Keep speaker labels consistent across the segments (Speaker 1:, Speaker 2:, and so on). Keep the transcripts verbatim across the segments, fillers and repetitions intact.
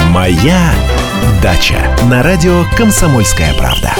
Speaker 1: «Моя дача» на радио «Комсомольская правда».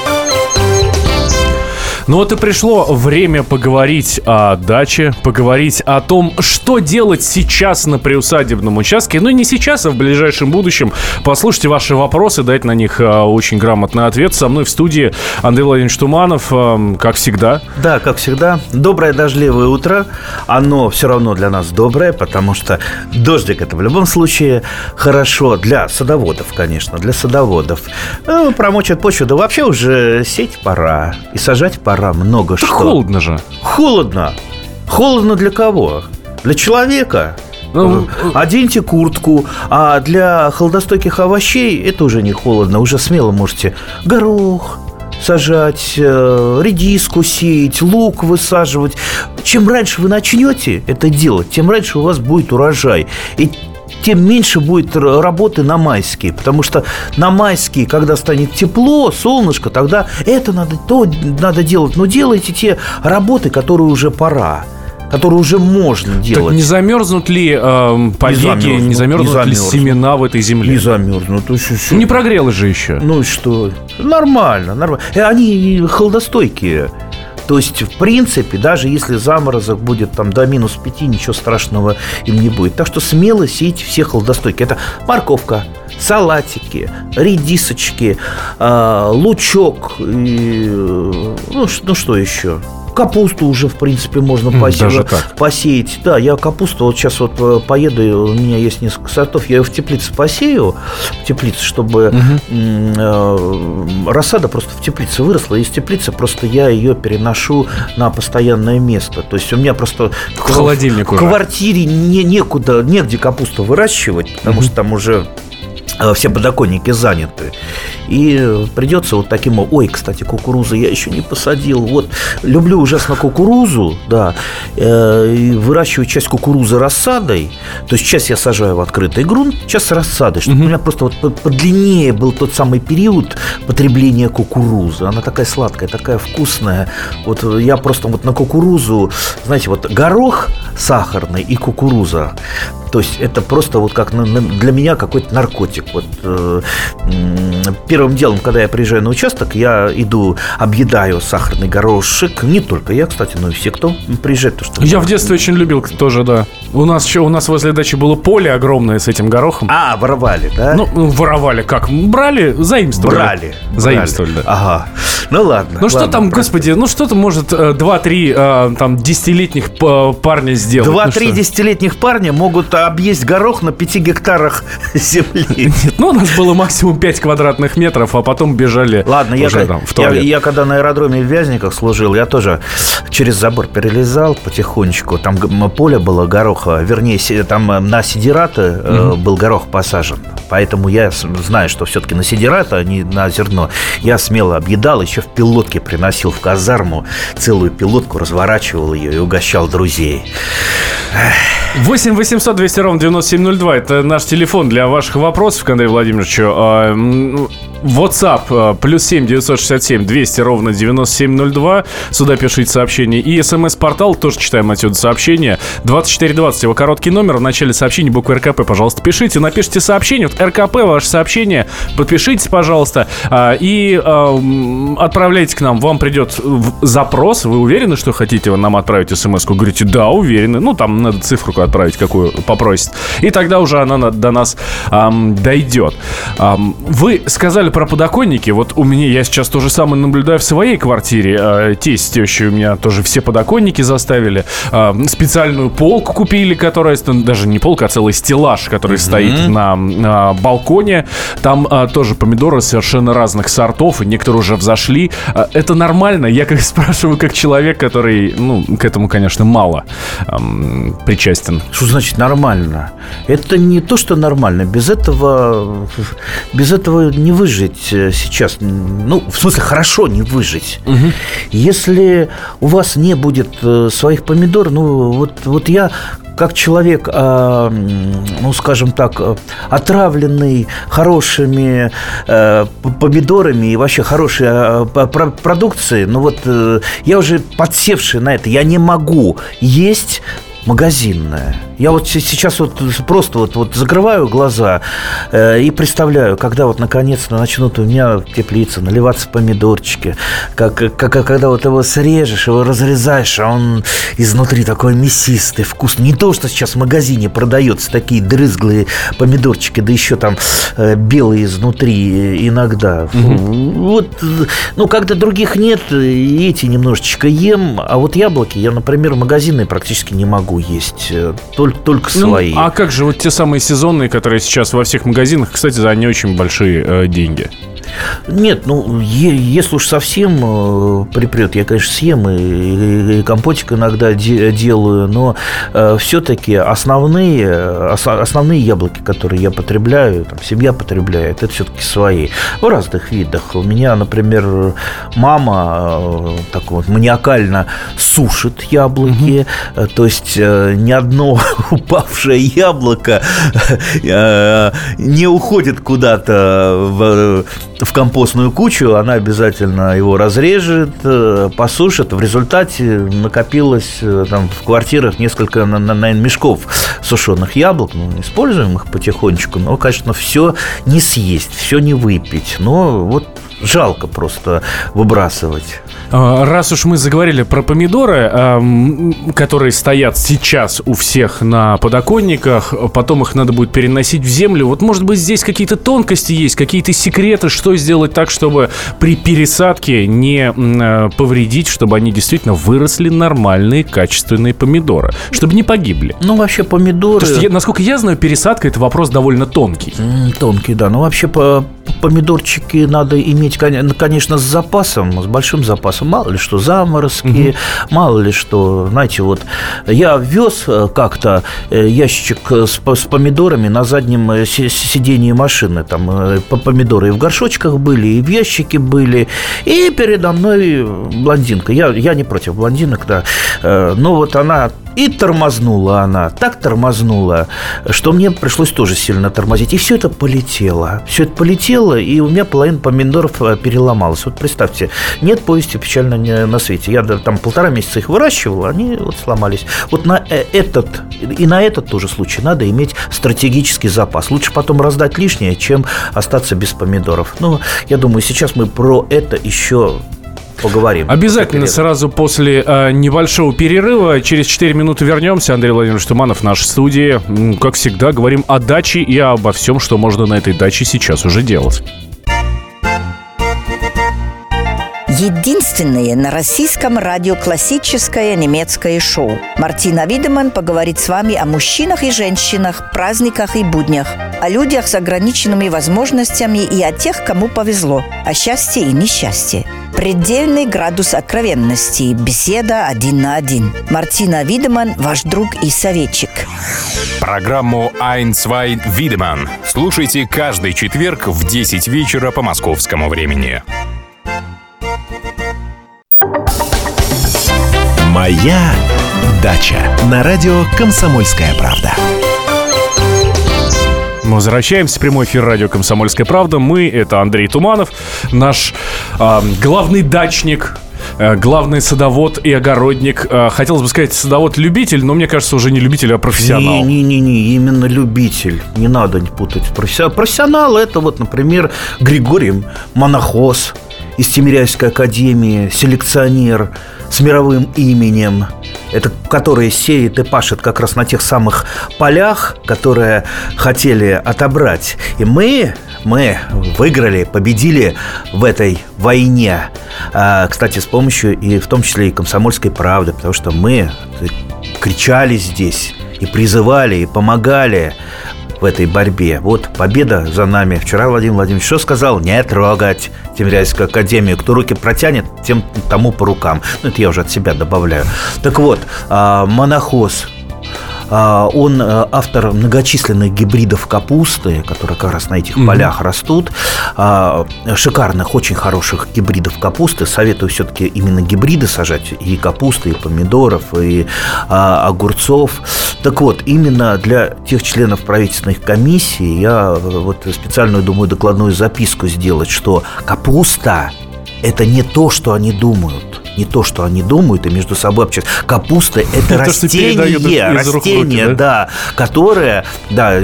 Speaker 2: Ну вот и пришло время поговорить о даче, поговорить о том, что делать сейчас на приусадебном участке. Ну и не сейчас, а в ближайшем будущем. Послушайте ваши вопросы, дать на них а, очень грамотный ответ. Со мной в студии Андрей Владимирович Туманов, а, как всегда.
Speaker 3: Да, как всегда. Доброе дождливое утро. Оно все равно для нас доброе, потому что дождик — это в любом случае хорошо для садоводов, конечно, для садоводов. Ну, промочат почву, да вообще уже сеять пора и сажать пора. Много
Speaker 2: да
Speaker 3: что.
Speaker 2: Холодно же.
Speaker 3: Холодно. Холодно для кого? Для человека. Ну, оденьте куртку. А для холодостойких овощей это уже не холодно. Уже смело можете горох сажать, редиску сеять, лук высаживать. Чем раньше вы начнете это делать, тем раньше у вас будет урожай. И тем меньше будет работы на майские. Потому что на майские, когда станет тепло, солнышко, тогда это надо, то надо делать. Но делайте те работы, которые уже пора, которые уже можно делать.
Speaker 2: Так не замерзнут ли э, побеги, не замерзнут, не замерзнут не ли замерзнут. семена в этой земле?
Speaker 3: Не замерзнут. Еще, еще.
Speaker 2: Не прогрелось же еще.
Speaker 3: Ну и что? Нормально, нормально. Они холодостойкие. То есть, в принципе, даже если заморозок будет там до минус пяти, ничего страшного им не будет. Так что смело сейте все холодостойкие. Это морковка, салатики, редисочки, э, лучок, и, ну, ну что еще? Капусту уже, в принципе, можно посеять, посеять. Да, я капусту вот сейчас вот поеду, у меня есть несколько сортов, я ее в теплице посею, в теплице, чтобы угу. э, рассада просто в теплице выросла. Из теплицы просто я ее переношу на постоянное место. То есть у меня просто
Speaker 2: в холодильник
Speaker 3: в
Speaker 2: уже.
Speaker 3: квартире не, некуда, негде капусту выращивать, потому угу. что там уже все подоконники заняты. И придется вот таким... Ой, кстати, кукурузу я еще не посадил. Вот, люблю ужасно кукурузу, да. Э, выращиваю часть кукурузы рассадой. То есть часть я сажаю в открытый грунт, часть рассадой. Чтобы mm-hmm. у меня просто вот подлиннее был тот самый период потребления кукурузы. Она такая сладкая, такая вкусная. Вот я просто вот на кукурузу... Знаете, вот горох сахарный и кукуруза. То есть это просто вот как для меня какой-то наркотик. Вот э, первым делом, когда я приезжаю на участок, я иду, объедаю сахарный горошек. Не только я, кстати, но и все, кто приезжает. То, что
Speaker 2: я в детстве очень любил тоже, да. У нас еще у нас возле дачи было поле огромное с этим горохом.
Speaker 3: А, воровали, да?
Speaker 2: Ну, воровали как? Брали, заимствовали.
Speaker 3: Брали.
Speaker 2: Заимствовали, да.
Speaker 3: Ага. Ну ладно.
Speaker 2: Ну что
Speaker 3: ладно,
Speaker 2: там,
Speaker 3: просто.
Speaker 2: господи, ну что-то может два-три там десятилетних парня сделать.
Speaker 3: Два-три ну, десятилетних парня могут объесть горох на пяти гектарах земли.
Speaker 2: Нет, ну у нас было максимум пять квадратных метров, а потом бежали.
Speaker 3: Ладно, я,
Speaker 2: там, в
Speaker 3: я, я когда на аэродроме в Вязниках служил, я тоже через забор перелезал потихонечку. Там поле было гороха, вернее, там на сидираты mm-hmm. был горох посажен. Поэтому я знаю, что все-таки на сидираты, а не на зерно. Я смело объедал, еще в пилотке приносил в казарму целую пилотку, разворачивал ее и угощал друзей.
Speaker 2: восемь восемьсот двести ровно девяносто семь ноль два. Это наш телефон для ваших вопросов к Андрею Владимировичу. WhatsApp плюс семь девятьсот шестьдесят семь двести ровно девяносто семь ноль два. Сюда пишите сообщение. И смс-портал, тоже читаем отсюда сообщение. двадцать четыре двадцать, его короткий номер. В начале сообщения буква РКП, пожалуйста, пишите. Напишите сообщение. Вот РКП, ваше сообщение. Подпишитесь, пожалуйста. И отправляйте к нам. Вам придет запрос. Вы уверены, что хотите нам отправить смс-ку? Говорите, да, уверены. Ну, там надо цифру отправить, какую попросит. И тогда уже она до нас эм, дойдет. Эм, вы сказали про подоконники. Вот у меня, я сейчас то же самое наблюдаю в своей квартире. Э, тесть с тещей у меня тоже все подоконники заставили. Э, специальную полку купили, которая, даже не полка, а целый стеллаж, который mm-hmm. стоит на, на балконе. Там э, тоже помидоры совершенно разных сортов, и некоторые уже взошли. Э, это нормально? Я как спрашиваю, как человек, который, ну, к этому, конечно, мало э, причастен.
Speaker 3: Что значит нормально? Это не то, что нормально. Без этого, без этого не выжить сейчас. Ну, в смысле, хорошо не выжить. Угу. Если у вас не будет своих помидор, ну, вот, вот я как человек, ну, скажем так, отравленный хорошими помидорами и вообще хорошей продукцией, ну, вот я уже подсевший на это, я не могу есть магазинное. Я вот сейчас вот просто вот, вот закрываю глаза э, и представляю, когда вот наконец-то начнут у меня в теплице наливаться помидорчики, как, как, когда вот его срежешь, его разрезаешь, а он изнутри такой мясистый, вкусный. Не то, что сейчас в магазине продается такие дрызглые помидорчики, да еще там э, белые изнутри иногда. Mm-hmm. Вот, ну, когда других нет, и эти немножечко ем, а вот яблоки я, например, магазинные практически не могу есть, только, только свои.
Speaker 2: Ну, а как же вот те самые сезонные, которые сейчас во всех магазинах, кстати, за не очень большие э, деньги?
Speaker 3: Нет, ну, е- если уж совсем э, припрет, я, конечно, съем и, и, и компотик иногда де- делаю, но э, все-таки основные, ос- основные яблоки, которые я потребляю, там, семья потребляет, это все-таки свои. В разных видах. У меня, например, мама э, так вот маниакально сушит яблоки, mm-hmm. то есть э, ни одно упавшее яблоко э, не уходит куда-то в... в компостную кучу, она обязательно его разрежет, посушит. В результате накопилось там в квартирах несколько, наверное, мешков сушеных яблок. Ну, используем их потихонечку, но, конечно, все не съесть, все не выпить. Но вот жалко просто выбрасывать.
Speaker 2: Раз уж мы заговорили про помидоры, которые стоят сейчас у всех на подоконниках, потом их надо будет переносить в землю. Вот, может быть, здесь какие-то тонкости есть, какие-то секреты, что сделать так, чтобы при пересадке не повредить, чтобы они действительно выросли нормальные, качественные помидоры, чтобы не погибли.
Speaker 3: Ну, вообще помидоры...
Speaker 2: Потому что, насколько я знаю, пересадка – это вопрос довольно тонкий.
Speaker 3: Тонкий, да. Ну, вообще по помидорчики надо иметь, конечно, с запасом, с большим запасом. Мало ли что заморозки, угу. мало ли что, знаете, вот я вез как-то ящичек с, с помидорами на заднем сидении машины. Там помидоры и в горшочках были, и в ящике были. И передо мной блондинка. Я, я не против блондинок, да. Но вот она... И тормознула она, так тормознула, что мне пришлось тоже сильно тормозить. И все это полетело. Все это полетело, и у меня половина помидоров переломалась. Вот представьте, нет повести печально на свете. Я там полтора месяца их выращивал, они вот сломались. Вот на этот и на этот тоже случай надо иметь стратегический запас. Лучше потом раздать лишнее, чем остаться без помидоров. Ну, я думаю, сейчас мы про это еще... поговорим.
Speaker 2: Обязательно сразу после э, небольшого перерыва. Через четыре минуты вернемся. Андрей Владимирович Туманов в нашей студии. Как всегда, говорим о даче и обо всем, что можно на этой даче сейчас уже делать.
Speaker 4: Единственное на российском радио классическое немецкое шоу. Мартина Видеман поговорит с вами о мужчинах и женщинах, праздниках и буднях, о людях с ограниченными возможностями и о тех, кому повезло, о счастье и несчастье. Предельный градус откровенности. Беседа один на один. Мартина Видеман, ваш друг и советчик.
Speaker 5: Программу «Ein, zwei, Видеман» слушайте каждый четверг в десять вечера по московскому времени.
Speaker 1: «Моя дача» на радио «Комсомольская правда».
Speaker 2: Мы возвращаемся в прямой эфир радио «Комсомольская правда». Мы — это Андрей Туманов, наш э, главный дачник, э, главный садовод и огородник. Э, хотелось бы сказать садовод-любитель, но мне кажется, уже не любитель, а профессионал.
Speaker 3: Не-не-не, именно любитель. Не надо путать. Профессионал, профессионал — это вот, например, Григорий Монохоз из Тимирязевской академии, селекционер с мировым именем, это который сеет и пашет как раз на тех самых полях, которые хотели отобрать. И мы, мы выиграли, победили в этой войне. А, кстати, с помощью и в том числе и «Комсомольской правды», потому что мы кричали здесь и призывали, и помогали в этой борьбе. Вот победа за нами. Вчера Владимир Владимирович что сказал? Не трогать Тимирязевскую академию. Кто руки протянет, тем тому по рукам. Ну, это я уже от себя добавляю. Так вот, Монохоз, он автор многочисленных гибридов капусты, которые как раз на этих mm-hmm. полях растут. Шикарных, очень хороших гибридов капусты. Советую все-таки именно гибриды сажать. И капусты, и помидоров, и огурцов. Так вот, именно для тех членов правительственной комиссии я вот специальную, думаю, докладную записку сделать, что капуста – это не то, что они думают. не то, что они думают, и между собой общаются. Капуста – это растение, растение, да, которое, да,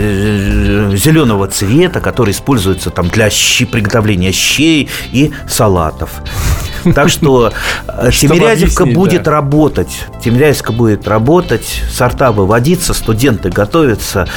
Speaker 3: зеленого цвета, которое используется там для щи, приготовления щей и салатов. Так что Тимирязевка будет работать. Тимирязевка будет работать, сорта выводиться, студенты готовятся.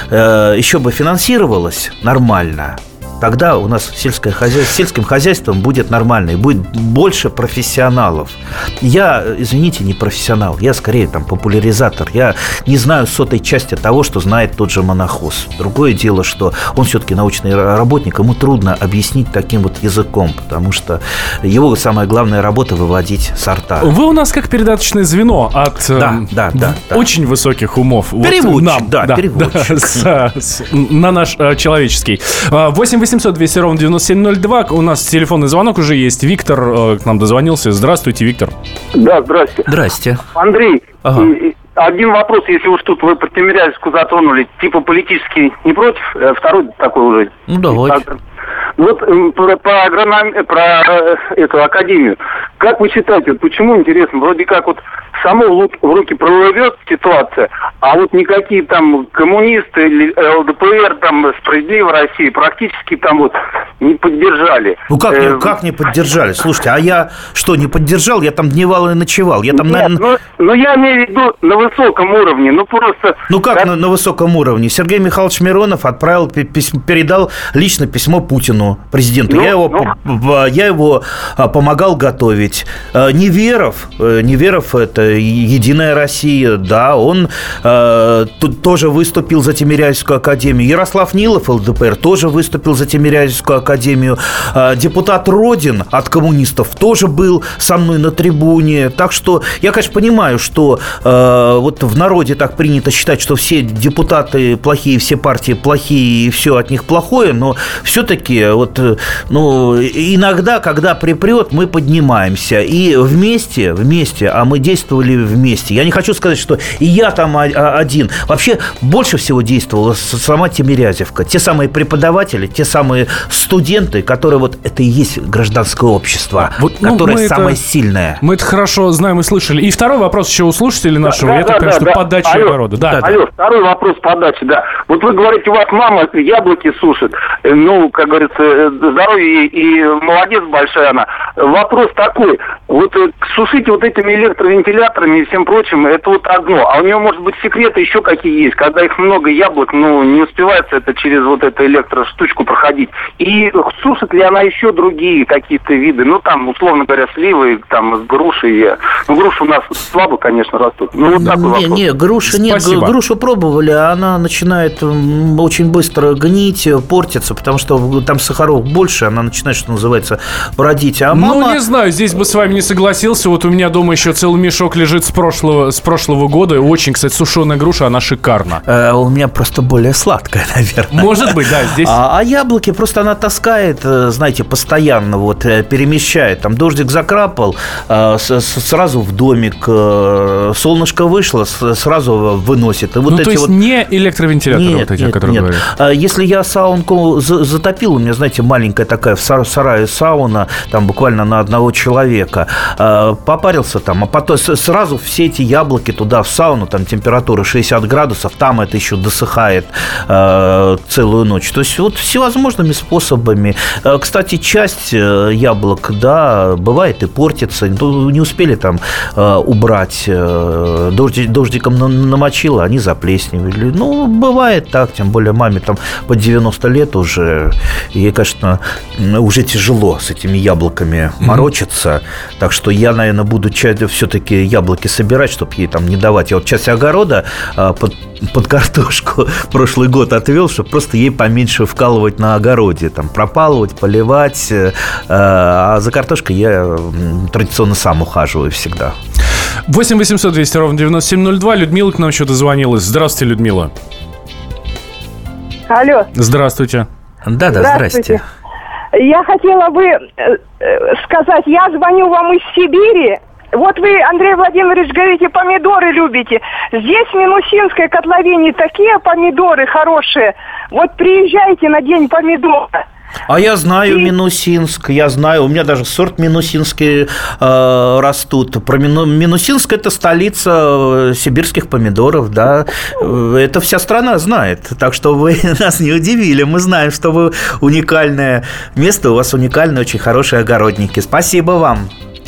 Speaker 3: Еще бы финансировалось нормально. Тогда у нас сельское хозяйство, сельским хозяйством будет нормально и будет больше профессионалов. Я, извините, не профессионал, я скорее там популяризатор. Я не знаю сотой части того, что знает тот же монохоз. Другое дело, что он все-таки научный работник, ему трудно объяснить таким вот языком, потому что его самая главная работа – выводить сорта.
Speaker 2: Вы у нас как передаточное звено от
Speaker 3: да, да, да, да.
Speaker 2: очень высоких умов.
Speaker 3: Переводчик,
Speaker 2: вот нам,
Speaker 3: да,
Speaker 2: да,
Speaker 3: переводчик.
Speaker 2: Да, с, с, на наш а, человеческий. восемь восемьсот двести ровно девяносто семь ноль два. У нас телефонный звонок уже есть. Виктор э, к нам дозвонился. Здравствуйте, Виктор.
Speaker 6: Да, здрасте.
Speaker 3: Здрасте.
Speaker 6: Андрей,
Speaker 3: ага.
Speaker 6: один вопрос, если уж тут вы про Тимирязевку затронули. Типа политический не против? Второй такой уже.
Speaker 3: Ну, давайте.
Speaker 6: Вот про, про, агрономи... про эту академию. Как вы считаете, почему, интересно, вроде как вот само в руки прорвет ситуация, а вот никакие там коммунисты или эл дэ пэ эр, там, Справедливая Россия практически там вот не поддержали.
Speaker 3: Ну как, э... как не поддержали? Слушайте, а я что, не поддержал? Я там дневал и ночевал. Я там,
Speaker 6: Нет,
Speaker 3: наверное...
Speaker 6: ну, ну я имею в виду на высоком уровне, ну просто...
Speaker 3: Ну как, как... На, на высоком уровне? Сергей Михайлович Миронов отправил, письмо, передал лично письмо Путину, президенту. Ну, я, его, ну... я его помогал готовить. Неверов, Неверов это Единая Россия, да, он э, тут тоже выступил за Тимирязевскую академию. Ярослав Нилов, эл дэ пэ эр, тоже выступил за Тимирязевскую академию. Э, депутат Родин от коммунистов тоже был со мной на трибуне. Так что я, конечно, понимаю, что э, вот в народе так принято считать, что все депутаты плохие, все партии плохие, и все от них плохое, но все-таки вот, ну, иногда, когда припрет, мы поднимаемся. И вместе, вместе, а мы действовали вместе. Я не хочу сказать, что и я там один. Вообще больше всего действовала сама Тимирязевка. Те самые преподаватели, те самые студенты, которые вот это и есть гражданское общество, вот, которое ну, самое это, сильное.
Speaker 2: Мы это хорошо знаем и слышали. И второй вопрос еще у слушателей нашего.
Speaker 6: Да,
Speaker 2: Я
Speaker 6: да,
Speaker 2: так понимаю,
Speaker 6: да,
Speaker 2: что
Speaker 6: да.
Speaker 2: подача
Speaker 6: Алло,
Speaker 2: огорода. Да,
Speaker 6: да, алло, второй вопрос подачи, да. Вот вы говорите, у вас мама яблоки сушит. Ну, как говорится, здоровье и молодец большая она. Вопрос такой. Вот сушить вот этими электровентиляторами и всем прочим, это вот одно. А у него, может быть, секреты еще какие есть. Когда их много яблок, ну, не успевается это через вот эту электроштучку проходить. И сушит ли она еще другие какие-то виды? Ну, там, условно говоря, сливы, там, груши. Ну, груши у нас слабо, конечно, растут. Ну, вот такой
Speaker 3: не,
Speaker 6: вопрос.
Speaker 3: Не, груши нет.
Speaker 2: Спасибо.
Speaker 3: Грушу пробовали, а она начинает очень быстро гнить, портиться, потому что там сахаров больше, она начинает, что называется, бродить. А мама...
Speaker 2: Ну, не знаю, здесь бы с вами не согласился. Вот у меня дома еще целый мешок лежит с прошлого, с прошлого года. Очень, кстати, сушеная груша, она шикарна.
Speaker 3: Э, у меня просто более сладкая, наверное.
Speaker 2: Может быть, да, здесь...
Speaker 3: А, а яблоки просто она таскает, знаете, постоянно, вот, перемещает. Там дождик закрапал, э, с, сразу в домик, э, солнышко вышло, с, сразу выносит. И вот
Speaker 2: ну,
Speaker 3: эти
Speaker 2: то есть
Speaker 3: вот...
Speaker 2: не электровентиляторы
Speaker 3: нет,
Speaker 2: вот эти,
Speaker 3: нет,
Speaker 2: о которых
Speaker 3: нет.
Speaker 2: говорят?
Speaker 3: Если я саунку затопил, у меня, знаете, маленькая такая в сарае сауна, там буквально на одного человека, попарился там, а потом сразу все эти яблоки туда в сауну, там температура шестьдесят градусов, там это еще досыхает э, целую ночь. То есть вот всевозможными способами. Э, кстати, часть яблок, да, бывает и портится, не успели там э, убрать, э, дождик, дождиком намочило, они заплесневели. Ну, бывает так, тем более маме там по девяносто лет уже, ей, конечно, уже тяжело с этими яблоками морочиться, mm-hmm. так что я, наверное, буду все-таки яблоки собирать, чтобы ей там не давать. Я вот часть огорода а, под, под картошку прошлый год отвел, чтобы просто ей поменьше вкалывать на огороде, там пропалывать, поливать, а, а за картошкой я традиционно сам ухаживаю всегда.
Speaker 2: восемь восемьсот двести ровно девяносто семь ноль два. Людмила к нам еще дозвонилась. Здравствуйте, Людмила.
Speaker 7: Алло.
Speaker 2: Здравствуйте.
Speaker 3: Да-да, здрасте.
Speaker 7: Я хотела бы сказать, я звоню вам из Сибири. Вот вы, Андрей Владимирович, говорите, помидоры любите. Здесь в Минусинской котловине такие помидоры хорошие. Вот приезжайте на день помидора.
Speaker 3: А я знаю и... Минусинск, я знаю, у меня даже сорт минусинский э, растут. Про Мину... Минусинск – это столица сибирских помидоров, да, это вся страна знает, так что вы нас не удивили, мы знаем, что вы уникальное место, у вас уникальные, очень хорошие огородники. Спасибо вам.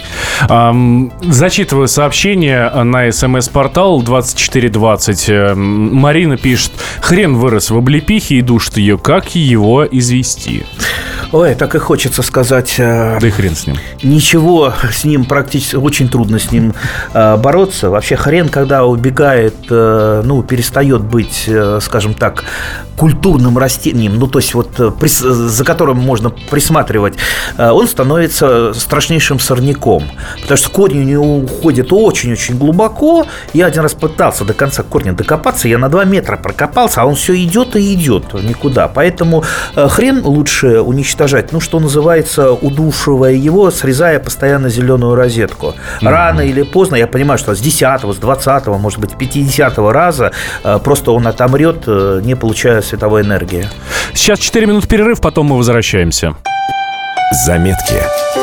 Speaker 2: Зачитываю сообщение на смс-портал двадцать четыре двадцать. Марина пишет: хрен вырос в облепихе и душит ее, как его извести?
Speaker 3: Ой, так и хочется сказать.
Speaker 2: Да и хрен с ним.
Speaker 3: Ничего с ним практически, очень трудно с ним бороться. Вообще хрен, когда убегает, ну, перестает быть, скажем так, культурным растением, ну, то есть вот за которым можно присматривать, он становится страшнейшим сорняком, потому что корень у него уходит очень-очень глубоко. Я один раз пытался до конца корня докопаться, я на два метра прокопался, а он все идет и идет никуда. Поэтому хрен лучше уничтожать, ну, что называется, удушивая его, срезая постоянно зеленую розетку. Mm-hmm. Рано или поздно, я понимаю, что с десятого, с двадцатого, может быть, пятидесятого раза просто он отомрет, не получая световой энергии.
Speaker 2: Сейчас четыре минуты перерыв, потом мы возвращаемся.
Speaker 1: Заметки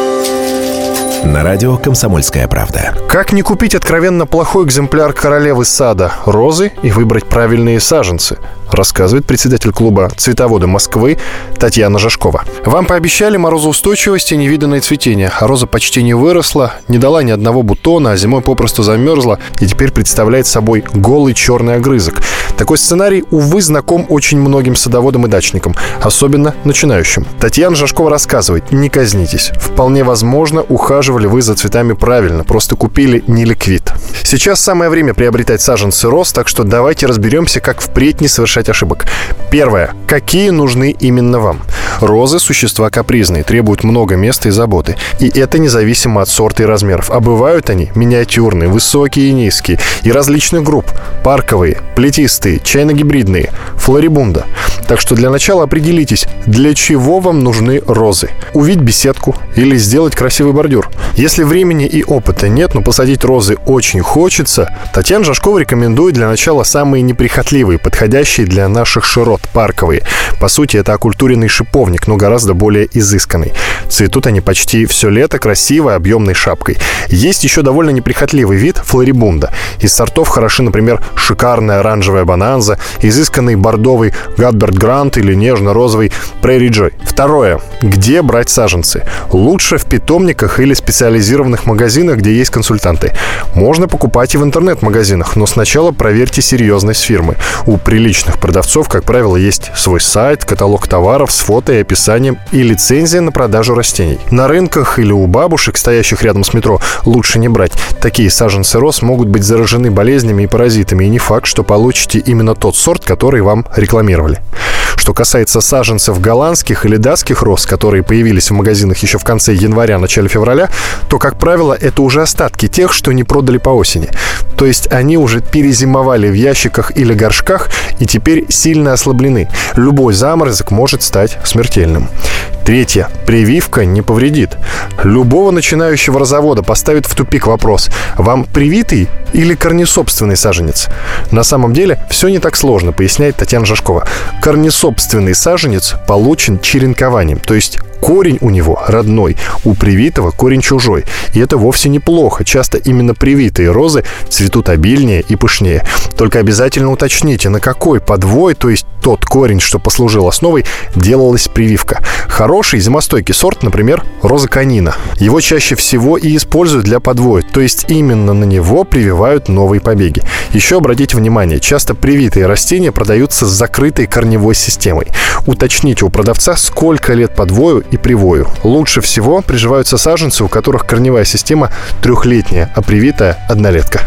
Speaker 1: на радио «Комсомольская правда».
Speaker 8: Как не купить откровенно плохой экземпляр королевы сада розы и выбрать правильные саженцы, рассказывает председатель клуба «Цветоводы Москвы» Татьяна Жашкова. Вам пообещали морозоустойчивость и невиданное цветение, а роза почти не выросла, не дала ни одного бутона, а зимой попросту замерзла и теперь представляет собой голый черный огрызок. Такой сценарий, увы, знаком очень многим садоводам и дачникам, особенно начинающим. Татьяна Жашкова рассказывает: не казнитесь. Вполне возможно, ухаживали вы за цветами правильно, просто купили не ликвид. Сейчас самое время приобретать саженцы роз, так что давайте разберемся, как впредь не совершать ошибок. Первое. Какие нужны именно вам? Розы – существа капризные, требуют много места и заботы. И это независимо от сорта и размеров. А бывают они миниатюрные, высокие и низкие, и различных групп. Парковые, плетистые, чайно-гибридные, флорибунда. Так что для начала определитесь, для чего вам нужны розы. Увидеть беседку или сделать красивый бордюр. Если времени и опыта нет, но посадить розы очень хочется, Татьяна Жашкова рекомендует для начала самые неприхотливые, подходящие для наших широт, парковые. По сути, это окультуренный шиповник, но гораздо более изысканный. Цветут они почти все лето красивой объемной шапкой. Есть еще довольно неприхотливый вид флорибунда. Из сортов хороши, например, шикарная оранжевая бонанза, изысканный бордовый Гадберт Грант или нежно-розовый Прейри Джой. Второе. Где брать саженцы? Лучше в питомниках или специализированных магазинах, где есть консультанты. Можно покупать и в интернет-магазинах, но сначала проверьте серьезность фирмы. У приличных продавцов, как правило, есть свой сайт, каталог товаров с фото и описанием и лицензия на продажу растений. На рынках или у бабушек, стоящих рядом с метро, лучше не брать. Такие саженцы роз могут быть заражены болезнями и паразитами, и не факт, что получите именно тот сорт, который вам рекламировали. Что касается саженцев голландских или датских роз, которые появились в магазинах еще в конце января, начале февраля, то, как правило, это уже остатки тех, что не продали по осени. То есть они уже перезимовали в ящиках или горшках и теперь сильно ослаблены. Любой заморозок может стать смертельным. Третье. Прививка не повредит. Любого начинающего розовода поставит в тупик вопрос: вам привитый или корнесобственный саженец? На самом деле все не так сложно, поясняет Татьяна Жашкова. Корнесобственный саженец получен черенкованием, то есть корень у него родной, у привитого корень чужой. И это вовсе неплохо. Часто именно привитые розы цветут обильнее и пышнее. Только обязательно уточните, на какой подвой, то есть тот корень, что послужил основой, делалась прививка. Хороший зимостойкий сорт, например, роза канина. Его чаще всего и используют для подвоя, то есть именно на него прививают новые побеги. Еще обратите внимание, часто привитые растения продаются с закрытой корневой системой. Уточните у продавца, сколько лет подвою и привою. Лучше всего приживаются саженцы, у которых корневая система трехлетняя, а привитая однолетка.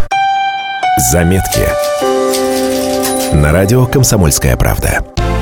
Speaker 1: Заметки на радио «Комсомольская правда».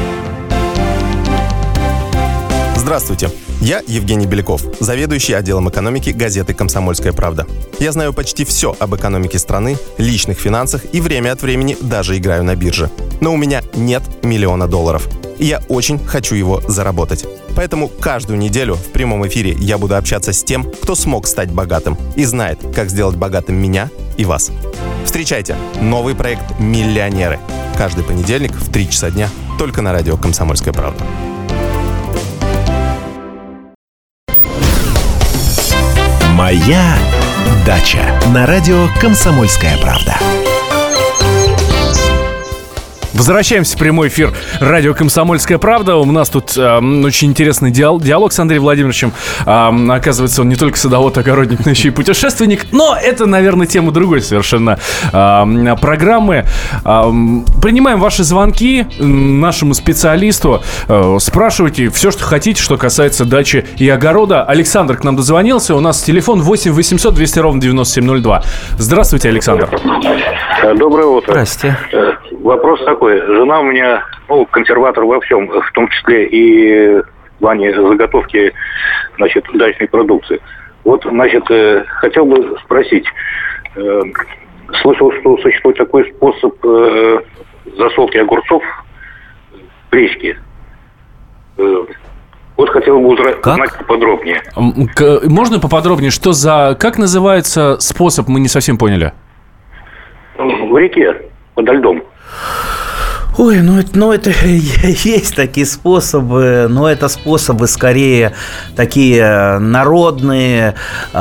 Speaker 9: Здравствуйте, я Евгений Беляков, заведующий отделом экономики газеты «Комсомольская правда». Я знаю почти все об экономике страны, личных финансах и время от времени даже играю на бирже. Но у меня нет миллиона долларов, и я очень хочу его заработать. Поэтому каждую неделю в прямом эфире я буду общаться с тем, кто смог стать богатым и знает, как сделать богатым меня и вас. Встречайте новый проект «Миллионеры». Каждый понедельник в три часа дня только на радио «Комсомольская правда».
Speaker 1: Моя дача на радио «Комсомольская правда».
Speaker 2: Возвращаемся в прямой эфир радио «Комсомольская правда». У нас тут э, очень интересный диалог, диалог с Андреем Владимировичем. Э, оказывается, он не только садовод, огородник, но еще и путешественник. Но это, наверное, тема другой совершенно э, программы. Э, принимаем ваши звонки нашему специалисту. Э, спрашивайте все, что хотите, что касается дачи и огорода. Александр к нам дозвонился. У нас телефон восемь восемьсот двести ровно девяносто семь ноль два. Здравствуйте, Александр.
Speaker 10: Доброе утро.
Speaker 3: Здрасте.
Speaker 10: Вопрос такой. Жена у меня, ну, консерватор во всем, в том числе и в плане заготовки, значит, дачной продукции. Вот, значит, хотел бы спросить. Слышал, что существует такой способ засолки огурцов в речке. Вот хотел бы узнать поподробнее.
Speaker 2: Можно поподробнее? Что за... Как называется способ? Мы не совсем поняли.
Speaker 10: В реке, подо льдом.
Speaker 3: Ой, ну, ну это есть такие способы, но это способы скорее такие народные,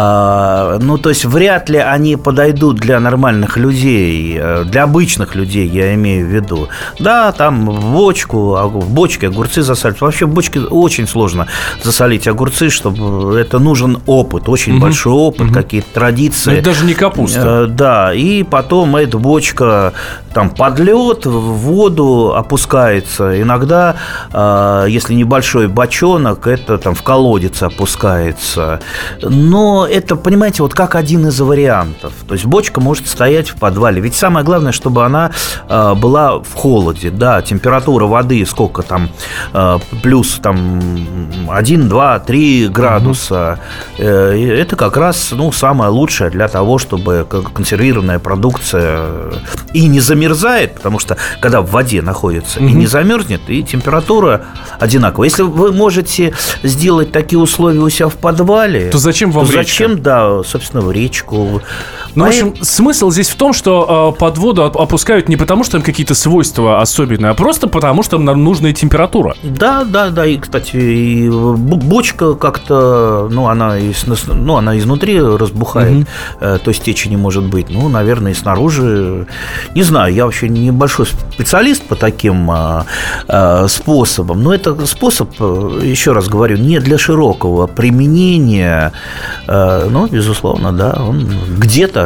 Speaker 3: э, ну то есть вряд ли они подойдут для нормальных людей, для обычных людей, я имею в виду. Да, там в бочку, в бочке огурцы засолить. Вообще в бочке очень сложно засолить огурцы, чтобы это нужен опыт, очень угу. большой опыт, угу. какие-то традиции.
Speaker 2: Но это даже не капуста.
Speaker 3: Э, да, и потом эта бочка там под лед, в воду опускается. Иногда, э, если небольшой бочонок, это там в колодец опускается. Но это, понимаете, вот как один из вариантов. То есть бочка может стоять в подвале. Ведь самое главное, чтобы она э, была в холоде. Да, температура воды сколько там, э, плюс там один, два, три градуса. Угу. Э, это как раз, ну, самое лучшее для того, чтобы консервированная продукция и не замерзает, потому что когда в воде находится, mm-hmm. и не замерзнет, и температура одинаковая. Если вы можете сделать такие условия у себя в подвале,
Speaker 2: то зачем вам
Speaker 3: то
Speaker 2: речка?
Speaker 3: Зачем, да, собственно, в речку.
Speaker 2: Ну,
Speaker 3: а
Speaker 2: в общем, я... смысл здесь в том, что э, под воду опускают не потому, что там какие-то свойства особенные, а просто потому, что нам нужная температура.
Speaker 3: Да, да, да. И, кстати, и бочка как-то, ну, она, из, ну, она изнутри разбухает, mm-hmm. э, то есть течи не может быть. Ну, наверное, и снаружи. Не знаю, я вообще небольшой специалист по таким э, э, способам, но это способ, еще раз говорю, не для широкого применения, э, но, безусловно, да, он где-то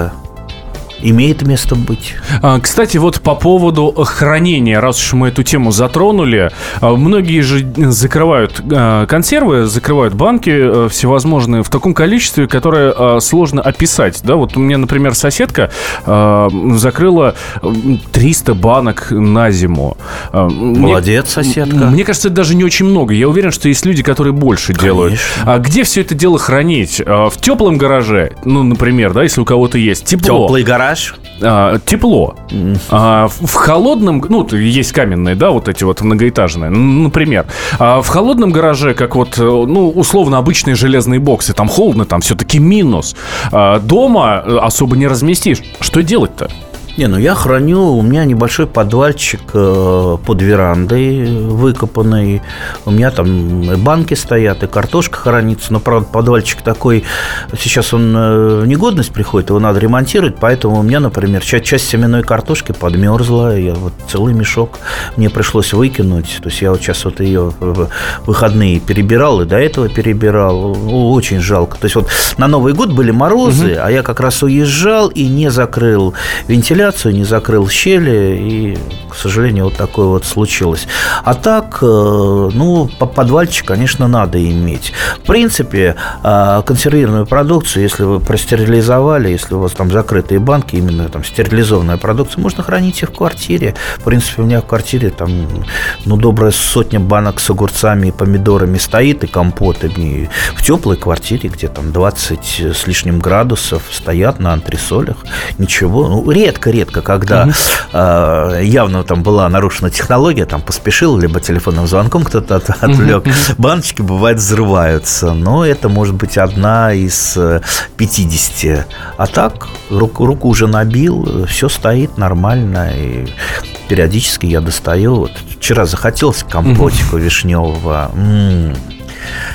Speaker 3: имеет место быть.
Speaker 2: Кстати, вот по поводу хранения, раз уж мы эту тему затронули, многие же закрывают консервы, закрывают банки всевозможные в таком количестве, которое сложно описать. Да, вот у меня, например, соседка закрыла триста банок на зиму.
Speaker 3: Молодец, соседка.
Speaker 2: Мне кажется, это даже не очень много. Я уверен, что есть люди, которые больше Конечно. делают. А где все это дело хранить? В теплом гараже, ну, например, да, если у кого-то есть тепло.
Speaker 3: Теплый гараж.
Speaker 2: А, тепло. А, в холодном, ну, есть каменные, да, вот эти вот многоэтажные, например. А в холодном гараже, как вот, ну, условно, обычные железные боксы, там холодно, там все-таки минус. А дома особо не разместишь. Что делать-то?
Speaker 3: Не, ну я храню, у меня небольшой подвальчик э, под верандой выкопанный. У меня там и банки стоят, и картошка хранится. Но, правда, подвальчик такой, сейчас он э, в негодность приходит, его надо ремонтировать. Поэтому у меня, например, часть, часть семенной картошки подмерзла. Я вот целый мешок мне пришлось выкинуть. То есть я вот сейчас вот ее в выходные перебирал, и до этого перебирал. Очень жалко. То есть вот на Новый год были морозы, угу. а я как раз уезжал и не закрыл вентиляцию, не закрыл щели, и, к сожалению, вот такое вот случилось. А так, ну, подвальчик, конечно, надо иметь. В принципе, консервированную продукцию, если вы простерилизовали, если у вас там закрытые банки, именно там стерилизованная продукция, можно хранить и в квартире. В принципе, у меня в квартире там, ну, добрая сотня банок с огурцами и помидорами стоит, и компотами. В теплой квартире, где там двадцать с лишним градусов, стоят на антресолях. Ничего, ну, редко редко, когда mm-hmm. э, явно там была нарушена технология, там поспешил, либо телефонным звонком кто-то от, отвлек, mm-hmm. баночки, бывает, взрываются. Но это может быть одна из пятидесяти. А так, руку, руку уже набил, все стоит нормально, и периодически я достаю. Вот вчера захотелось компотику mm-hmm. вишневого. М-м.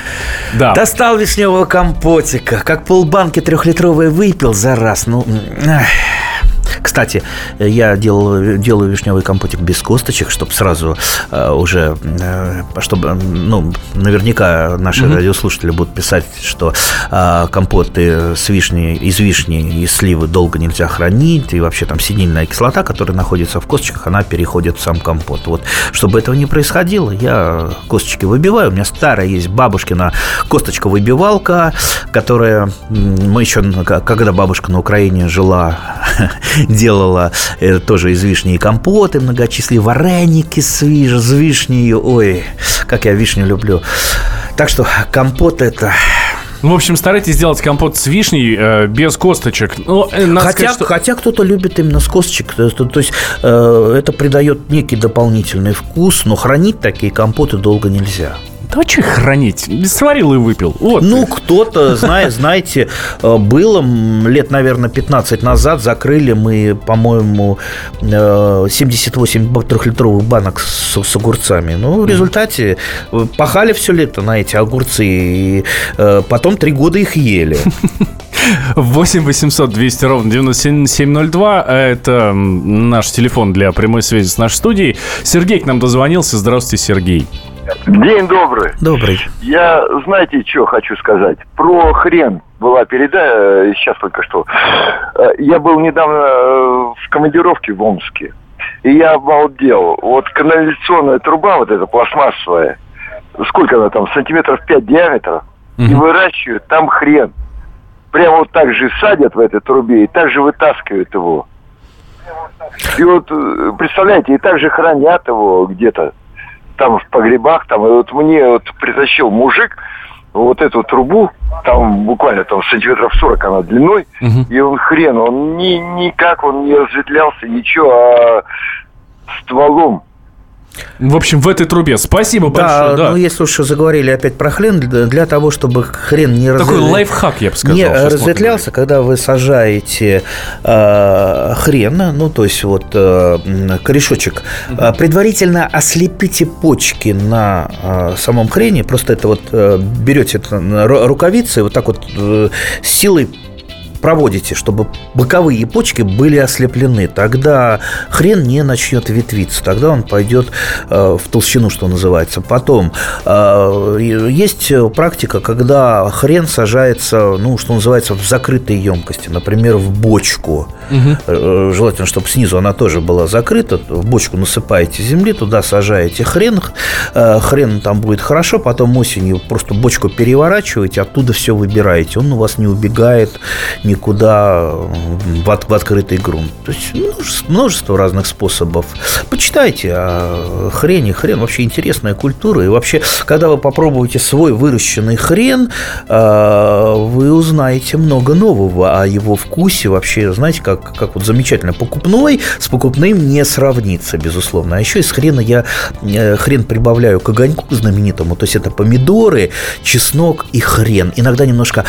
Speaker 2: Да.
Speaker 3: Достал вишневого компотика, как полбанки трехлитровой выпил за раз. Ну, эх. Кстати, я делал, делаю вишневый компотик без косточек, чтобы сразу э, уже, э, чтобы, ну, наверняка наши mm-hmm. радиослушатели будут писать, что э, компоты с вишней, из вишни и сливы долго нельзя хранить, и вообще там синильная кислота, которая находится в косточках, она переходит в сам компот. Вот, чтобы этого не происходило, я косточки выбиваю. У меня старая есть бабушкина косточка-выбивалка, которая мы еще, когда бабушка на Украине жила, делала э, тоже из вишни и компоты многочисленные, вареники с, виш, с вишней. Ой, как я вишню люблю. Так что компот это...
Speaker 2: В общем, старайтесь сделать компот с вишней э, без косточек. Ну, э,
Speaker 3: хотя,
Speaker 2: сказать, что...
Speaker 3: хотя кто-то любит именно с косточек. То, то, то есть э, это придает некий дополнительный вкус, но хранить такие компоты долго нельзя.
Speaker 2: Да что их хранить? Сварил и выпил. Вот.
Speaker 3: Ну, кто-то, знает, знаете, было лет, наверное, пятнадцать назад, закрыли мы, по-моему, семьдесят восемь трехлитровых банок с, с огурцами. Ну, в результате пахали все лето на эти огурцы, и потом три года их ели.
Speaker 2: восемь восемьсот двести ровно девяносто семь ноль два. Это наш телефон для прямой связи с нашей студией. Сергей к нам дозвонился. Здравствуйте, Сергей.
Speaker 11: День добрый.
Speaker 3: Добрый.
Speaker 11: Я, знаете, что хочу сказать? Про хрен была передача, сейчас только что. Я был недавно в командировке в Омске, и я обалдел. Вот канализационная труба, вот эта пластмассовая, сколько она там, сантиметров пять диаметра, mm-hmm. и выращивают там хрен. Прямо вот так же садят в этой трубе, и так же вытаскивают его. И вот, представляете, и так же хранят его где-то. Там в погребах, там, и вот мне вот притащил мужик вот эту трубу, там буквально там сантиметров сорок она длиной, угу. и он хрен, он ни, никак, он не разветвлялся, ничего, а стволом.
Speaker 2: В общем, в этой трубе. Спасибо
Speaker 3: да,
Speaker 2: большое. Да,
Speaker 3: ну если уж заговорили опять про хрен, для того, чтобы хрен не
Speaker 2: Такой разв... лайфхак, я бы сказал.
Speaker 3: Не разветвлялся, когда вы сажаете э, хрен, ну, то есть вот э, корешочек, uh-huh. предварительно ослепите почки на э, самом хрене, просто это вот э, берете это рукавицей, вот так вот э, с силой проводите, чтобы боковые почки были ослеплены. Тогда хрен не начнет ветвиться. Тогда он пойдет э, в толщину, что называется. Потом э, есть практика, когда хрен сажается, ну, что называется, в закрытой емкости. Например, в бочку. Угу. Э, желательно, чтобы снизу она тоже была закрыта. В бочку насыпаете земли, туда сажаете хрен. Э, хрен там будет хорошо. Потом осенью просто бочку переворачиваете, оттуда все выбираете. Он у вас не убегает никуда в, от, в открытый грунт. То есть множество, множество разных способов. Почитайте о хрене. Хрен вообще интересная культура. И вообще, когда вы попробуете свой выращенный хрен, вы узнаете много нового о его вкусе. Вообще, знаете, как, как вот замечательно. Покупной с покупным не сравнится, безусловно. А еще из хрена я хрен прибавляю к огоньку знаменитому. То есть это помидоры, чеснок и хрен. Иногда немножко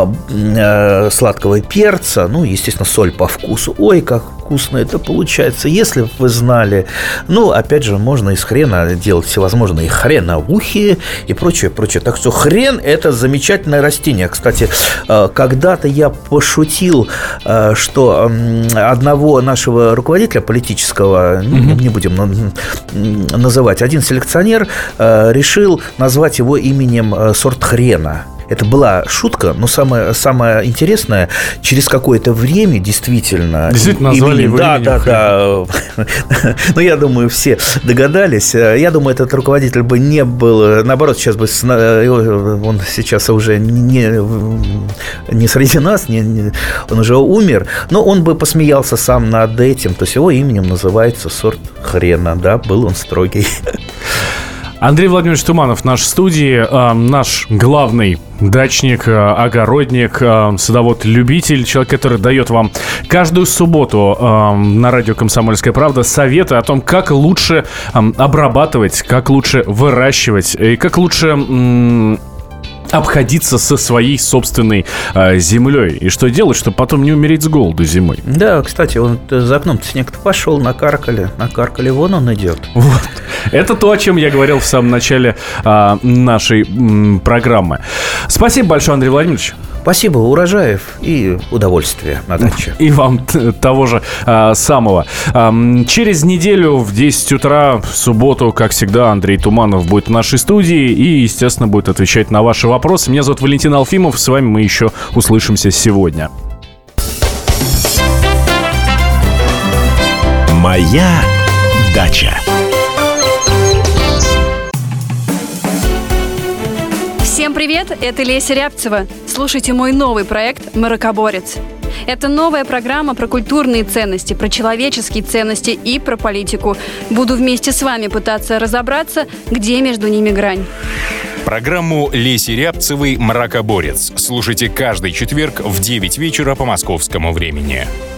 Speaker 3: сладкого перца, ну, естественно, соль по вкусу. Ой, как вкусно это получается. Если бы вы знали, ну, опять же, можно из хрена делать всевозможные хреновухи и прочее, прочее. Так что хрен – это замечательное растение. Кстати, когда-то я пошутил, что одного нашего руководителя политического, mm-hmm. не будем называть, один селекционер решил назвать его именем сорт хрена. Это была шутка, но самое, самое интересное, через какое-то время действительно...
Speaker 2: Действительно назвали
Speaker 3: именем,
Speaker 2: его
Speaker 3: да,
Speaker 2: именем.
Speaker 3: Да, да, да. Ну, я думаю, все догадались. Я думаю, этот руководитель бы не был... Наоборот, сейчас бы... Он сейчас уже не, не среди нас, не, не, он уже умер. Но он бы посмеялся сам над этим. То есть его именем называется сорт хрена. Да, был он строгий.
Speaker 2: Андрей Владимирович Туманов в нашей студии, э, наш главный дачник, э, огородник, э, садовод-любитель, человек, который дает вам каждую субботу э, на радио «Комсомольская правда» советы о том, как лучше э, обрабатывать, как лучше выращивать и как лучше... Э, обходиться со своей собственной э, землей. И что делать, чтобы потом не умереть с голоду зимой.
Speaker 3: Да, кстати, он за окном снег-то пошел, накаркали. Накаркали, вон он идет.
Speaker 2: Вот. Это то, о чем я говорил в самом начале э, нашей м, программы. Спасибо большое, Андрей Владимирович.
Speaker 3: Спасибо, урожаев и удовольствия на даче.
Speaker 2: И вам того же а, самого. А, через неделю в десять утра в субботу, как всегда, Андрей Туманов будет в нашей студии и, естественно, будет отвечать на ваши вопросы. Меня зовут Валентин Алфимов. С вами мы еще услышимся сегодня.
Speaker 1: Моя дача.
Speaker 12: Всем привет, это Леся Рябцева. Слушайте мой новый проект «Мракоборец». Это новая программа про культурные ценности, про человеческие ценности и про политику. Буду вместе с вами пытаться разобраться, где между ними грань.
Speaker 5: Программу Леси Рябцевой «Мракоборец» слушайте каждый четверг в девять вечера по московскому времени.